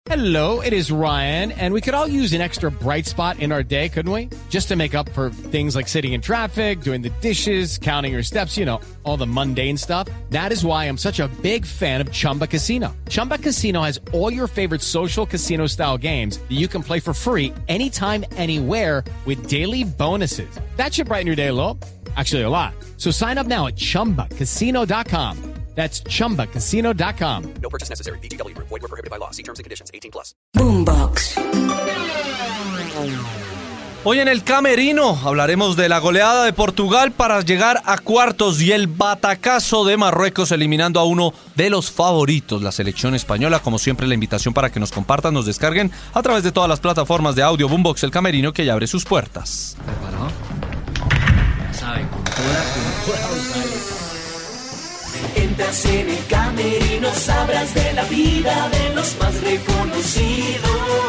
Hello, it is Ryan, and we could all use an extra bright spot in our day, couldn't we? Just to make up for things like sitting in traffic, doing the dishes, counting your steps, you know, all the mundane stuff. That is why I'm such a big fan of Chumba Casino. Chumba Casino has all your favorite social casino-style games that you can play for free anytime, anywhere with daily bonuses. That should brighten your day a little. Actually, a lot. So sign up now at ChumbaCasino.com. That's ChumbaCasino.com. No purchase necessary. VGW Group. Void where prohibited by law. See terms and conditions. 18+. Boombox. Hoy en el camerino hablaremos de la goleada de Portugal para llegar a cuartos y el batacazo de Marruecos eliminando a uno de los favoritos, la selección española. Como siempre, la invitación para que nos compartan, nos descarguen a través de todas las plataformas de audio. Boombox, el camerino que ya abre sus puertas. Hermano, ya saben, con toda Entras en el camerino, sabrás de la vida de los más reconocidos.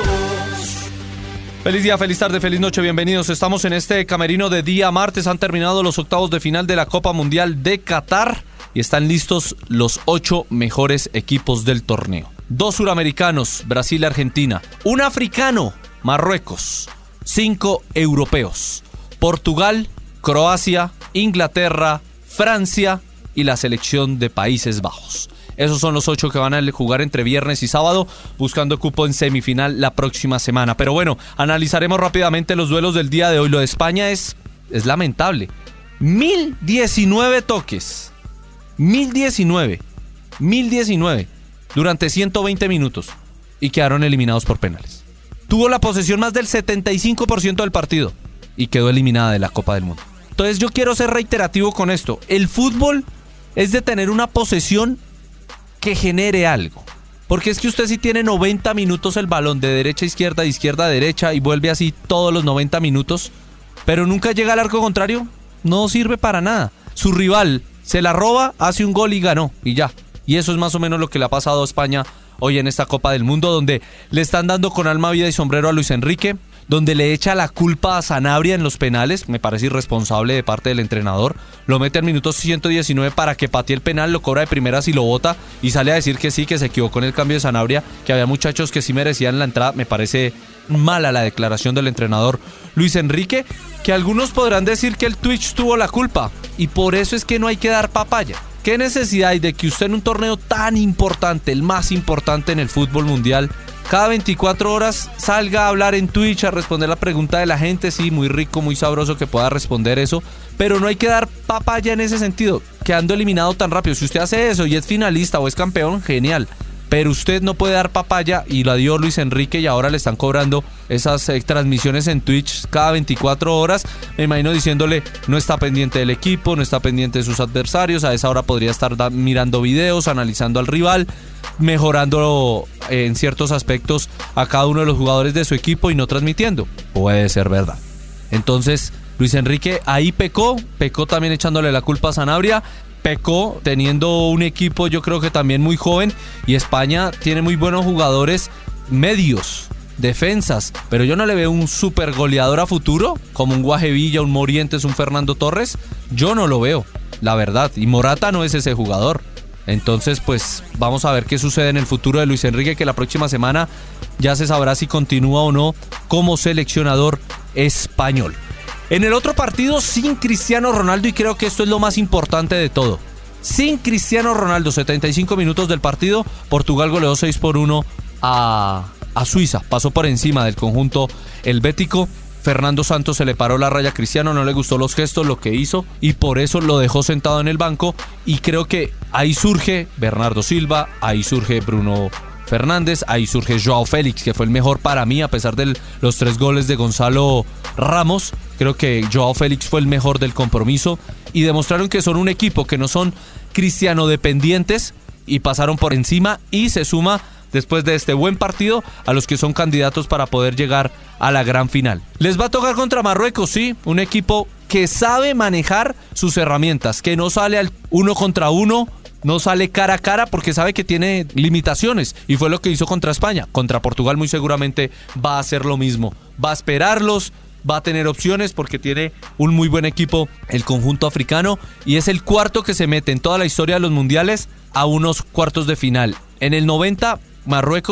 Feliz día, feliz tarde, feliz noche, bienvenidos. Estamos en este camerino de día martes. Han terminado los octavos de final de la Copa Mundial de Qatar y están listos los 8 mejores equipos del torneo. 2 suramericanos, Brasil y Argentina. 1 africano, Marruecos. 5 europeos, Portugal, Croacia, Inglaterra, Francia y la selección de Países Bajos. Esos son los 8 que van a jugar entre viernes y sábado, buscando cupo en semifinal la próxima semana. Pero bueno, analizaremos rápidamente los duelos del día de hoy. Lo de España es lamentable. 1019 toques. 1019 durante 120 minutos y quedaron eliminados por penales. Tuvo la posesión más del 75% del partido y quedó eliminada de la Copa del Mundo. Entonces yo quiero ser reiterativo con esto. El fútbol es de tener una posesión que genere algo. Porque es que usted si tiene 90 minutos el balón de derecha a izquierda, de izquierda a derecha y vuelve así todos los 90 minutos, pero nunca llega al arco contrario, no sirve para nada. Su rival se la roba, hace un gol y ganó, y ya. Y eso es más o menos lo que le ha pasado a España hoy en esta Copa del Mundo, donde le están dando con alma, vida y sombrero a Luis Enrique, donde le echa la culpa a Sanabria en los penales, me parece irresponsable de parte del entrenador, lo mete al minuto 119 para que patee el penal, lo cobra de primeras y lo bota, y sale a decir que sí, que se equivocó en el cambio de Sanabria, que había muchachos que sí merecían la entrada. Me parece mala la declaración del entrenador Luis Enrique, que algunos podrán decir que el Twitch tuvo la culpa, y por eso es que no hay que dar papaya. ¿Qué necesidad hay de que usted en un torneo tan importante, el más importante en el fútbol mundial, cada 24 horas salga a hablar en Twitch, a responder la pregunta de la gente? Sí, muy rico, muy sabroso que pueda responder eso, pero no hay que dar papaya en ese sentido, quedando eliminado tan rápido. Si usted hace eso y es finalista o es campeón, genial, pero usted no puede dar papaya, y lo dio Luis Enrique, y ahora le están cobrando esas transmisiones en Twitch cada 24 horas, me imagino diciéndole no está pendiente del equipo, no está pendiente de sus adversarios, a esa hora podría estar mirando videos, analizando al rival, mejorando en ciertos aspectos a cada uno de los jugadores de su equipo y no transmitiendo. Puede ser verdad. Entonces Luis Enrique ahí pecó también echándole la culpa a Sanabria, pecó teniendo un equipo yo creo que también muy joven, y España tiene muy buenos jugadores medios, defensas, pero yo no le veo un super goleador a futuro como un Guajevilla, un Morientes, un Fernando Torres. Yo no lo veo, la verdad, y Morata no es ese jugador. Entonces pues vamos a ver qué sucede en el futuro de Luis Enrique, que la próxima semana ya se sabrá si continúa o no como seleccionador español. En el otro partido, sin Cristiano Ronaldo, y creo que esto es lo más importante de todo, sin Cristiano Ronaldo, 75 minutos del partido, Portugal goleó 6-1 a Suiza, pasó por encima del conjunto helvético. Fernando Santos se le paró la raya a Cristiano, no le gustó los gestos, lo que hizo, y por eso lo dejó sentado en el banco, y creo que ahí surge Bernardo Silva, ahí surge Bruno Fernández, ahí surge Joao Félix, que fue el mejor para mí, a pesar de los 3 goles de Gonzalo Ramos. Creo que Joao Félix fue el mejor del compromiso, y demostraron que son un equipo que no son Cristiano dependientes, y pasaron por encima, y se suma después de este buen partido a los que son candidatos para poder llegar a la gran final. Les va a tocar contra Marruecos, sí, un equipo que sabe manejar sus herramientas, que no sale al 1 contra 1, no sale cara a cara porque sabe que tiene limitaciones, y fue lo que hizo contra España. Contra Portugal muy seguramente va a hacer lo mismo, va a esperarlos, va a tener opciones porque tiene un muy buen equipo el conjunto africano, y es el cuarto que se mete en toda la historia de los mundiales a unos cuartos de final. En el 90 Marruecos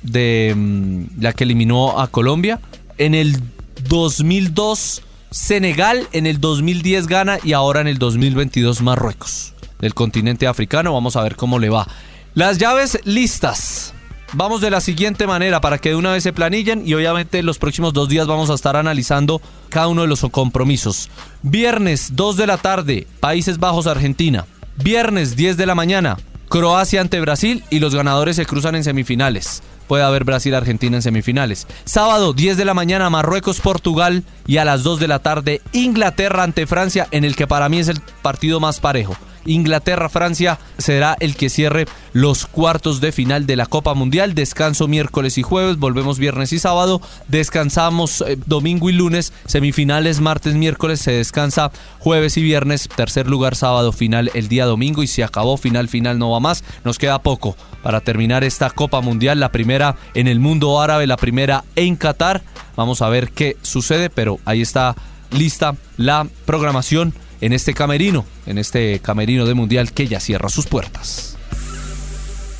de la que eliminó a Colombia. En el 2002 Senegal, en el 2010 Ghana y ahora en el 2022 Marruecos, del continente africano. Vamos a ver cómo le va. Las llaves listas. Vamos de la siguiente manera para que de una vez se planillen y obviamente los próximos 2 días vamos a estar analizando cada uno de los compromisos. Viernes 2 de la tarde, Países Bajos, Argentina. Viernes 10 de la mañana, Croacia ante Brasil y los ganadores se cruzan en semifinales. Puede haber Brasil-Argentina en semifinales. Sábado 10 de la mañana, Marruecos-Portugal y a las 2 de la tarde, Inglaterra ante Francia, en el que para mí es el partido más parejo. Inglaterra-Francia será el que cierre los cuartos de final de la Copa Mundial. Descanso miércoles y jueves, volvemos viernes y sábado, descansamos domingo y lunes, semifinales martes, miércoles, se descansa jueves y viernes, tercer lugar sábado, final el día domingo y se acabó, final no va más. Nos queda poco para terminar esta Copa Mundial, la primera en el mundo árabe, la primera en Qatar. Vamos a ver qué sucede, pero ahí está lista la programación en este camerino de Mundial que ya cierra sus puertas.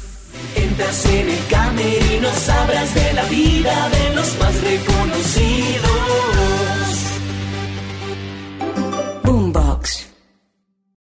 Entras en el camerino, sabrás de la vida de los más reconocidos.